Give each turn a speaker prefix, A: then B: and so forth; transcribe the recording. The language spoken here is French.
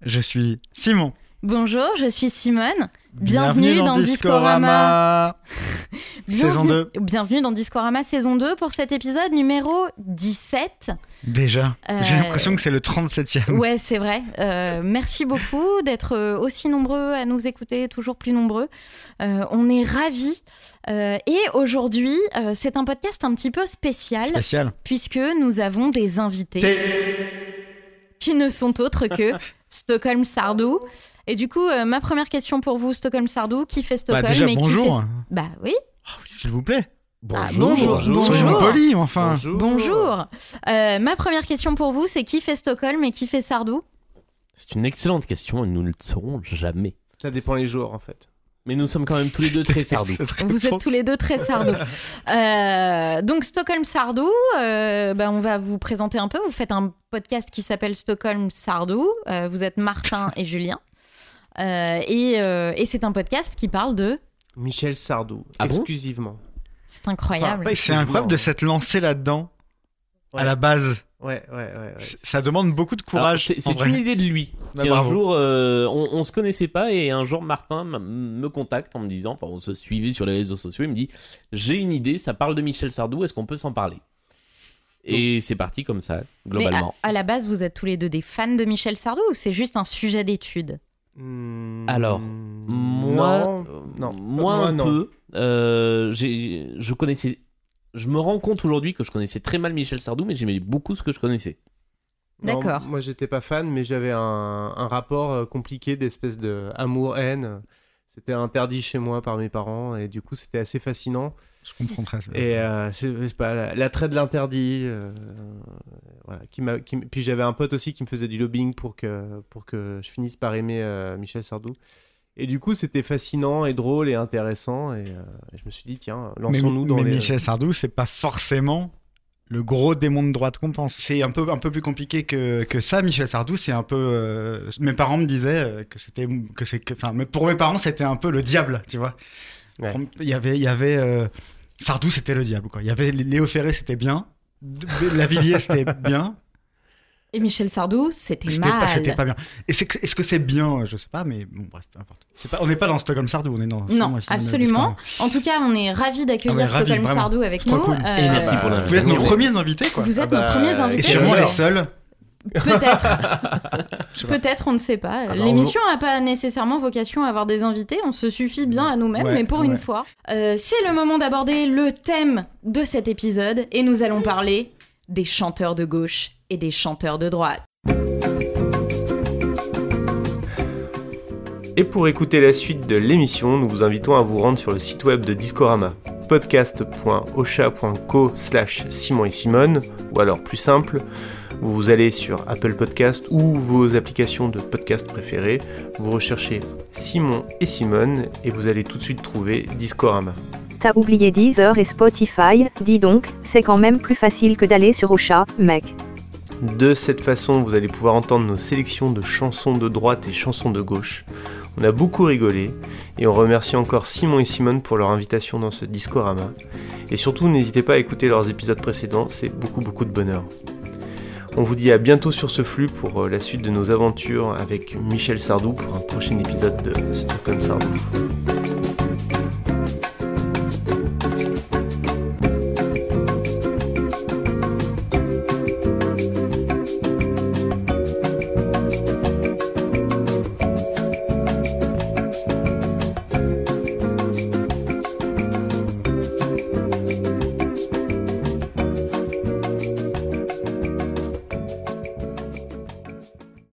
A: je suis Simon.
B: Bonjour, je suis Simone. Bienvenue dans Discorama.
A: Saison 2.
B: Bienvenue dans Discorama saison 2 pour cet épisode numéro 17.
A: Déjà, j'ai l'impression que c'est le 37e.
B: Ouais, c'est vrai. Merci beaucoup d'être aussi nombreux à nous écouter, toujours plus nombreux. On est ravis. Et aujourd'hui, c'est un podcast un petit peu spécial. Puisque nous avons des invités qui ne sont autres que Stockholm Sardou. Et du coup, ma première question pour vous, Stockholm Sardou, qui fait Stockholm
A: déjà,
B: et
A: bonjour.
B: Qui fait... Bah oui.
A: Oh, oui, s'il vous plaît.
B: Bonjour.
A: Soyons polis, enfin.
B: Bonjour. Ma première question pour vous, c'est qui fait Stockholm et qui fait Sardou ?
C: C'est une excellente question et nous ne le saurons jamais.
D: Ça dépend les jours, en fait.
C: Mais nous sommes quand même tous les deux très Sardou.
B: Vous êtes tous les deux très Sardou. Donc Stockholm Sardou, on va vous présenter un peu. Vous faites un podcast qui s'appelle Stockholm Sardou. Vous êtes Martin et Julien. Et c'est un podcast qui parle de
D: Michel Sardou, exclusivement.
B: C'est incroyable.
D: Enfin,
A: c'est incroyable de s'être lancé là-dedans à la base.
D: Ouais.
A: Ça demande beaucoup de courage.
C: Alors, c'est une idée de lui. Un jour, on se connaissait pas et un jour Martin me contacte en me disant, enfin on se suivait sur les réseaux sociaux, il me dit j'ai une idée, ça parle de Michel Sardou, est-ce qu'on peut s'en parler ? Et c'est parti comme ça, globalement.
B: Mais à la base, vous êtes tous les deux des fans de Michel Sardou ou c'est juste un sujet d'étude ?
C: Alors, moi un peu. Je connaissais. Je me rends compte aujourd'hui que je connaissais très mal Michel Sardou, mais j'aimais beaucoup ce que je connaissais.
B: D'accord.
D: Moi, j'étais pas fan, mais j'avais un rapport compliqué d'espèce de amour-haine. C'était interdit chez moi par mes parents, et du coup, c'était assez fascinant.
A: Je comprends très bien.
D: Et c'est pas l'attrait de l'interdit. Voilà, puis j'avais un pote aussi qui me faisait du lobbying pour que je finisse par aimer Michel Sardou. Et du coup, c'était fascinant et drôle et intéressant. Et je me suis dit, tiens, lançons-nous dans les...
A: Mais Michel Sardou, c'est pas forcément le gros démon de droite qu'on pense. C'est un peu plus compliqué que ça. Michel Sardou, c'est un peu... mes parents me disaient mais pour mes parents, c'était un peu le diable, tu vois. Ouais. Il y avait Sardou, c'était le diable, quoi. Il y avait Léo Ferré, c'était bien. Lavilliers, c'était bien.
B: Et Michel Sardou, c'était mal.
A: C'était pas bien. Est-ce que c'est bien ? Je sais pas, mais bon, bref, peu importe. On n'est pas dans Stockholm Sardou, on est dans...
B: Non, absolument. En tout cas, on est ravis d'accueillir Stockholm Sardou avec nous.
C: Cool. Et merci pour l'invitation.
A: Vous êtes nos premiers invités, quoi.
B: Vous êtes nos premiers invités.
A: Et sûrement les seuls.
B: Peut-être, on ne sait pas. L'émission n'a pas nécessairement vocation à avoir des invités, on se suffit bien à nous-mêmes, mais pour une fois, c'est le moment d'aborder le thème de cet épisode, et nous allons parler des chanteurs de gauche et des chanteurs de droite.
D: Et pour écouter la suite de l'émission, nous vous invitons à vous rendre sur le site web de Discorama, podcast.ocha.co/Simon et Simone, ou alors plus simple, vous allez sur Apple Podcast ou vos applications de podcast préférées, vous recherchez Simon et Simone et vous allez tout de suite trouver Discorama.
E: T'as oublié Deezer et Spotify, dis donc, c'est quand même plus facile que d'aller sur Ocha, mec.
D: De cette façon, vous allez pouvoir entendre nos sélections de chansons de droite et chansons de gauche. On a beaucoup rigolé et on remercie encore Simon et Simone pour leur invitation dans ce Discorama. Et surtout, n'hésitez pas à écouter leurs épisodes précédents, c'est beaucoup de bonheur. On vous dit à bientôt sur ce flux pour la suite de nos aventures avec Michel Sardou pour un prochain épisode de Stockholm Sardou.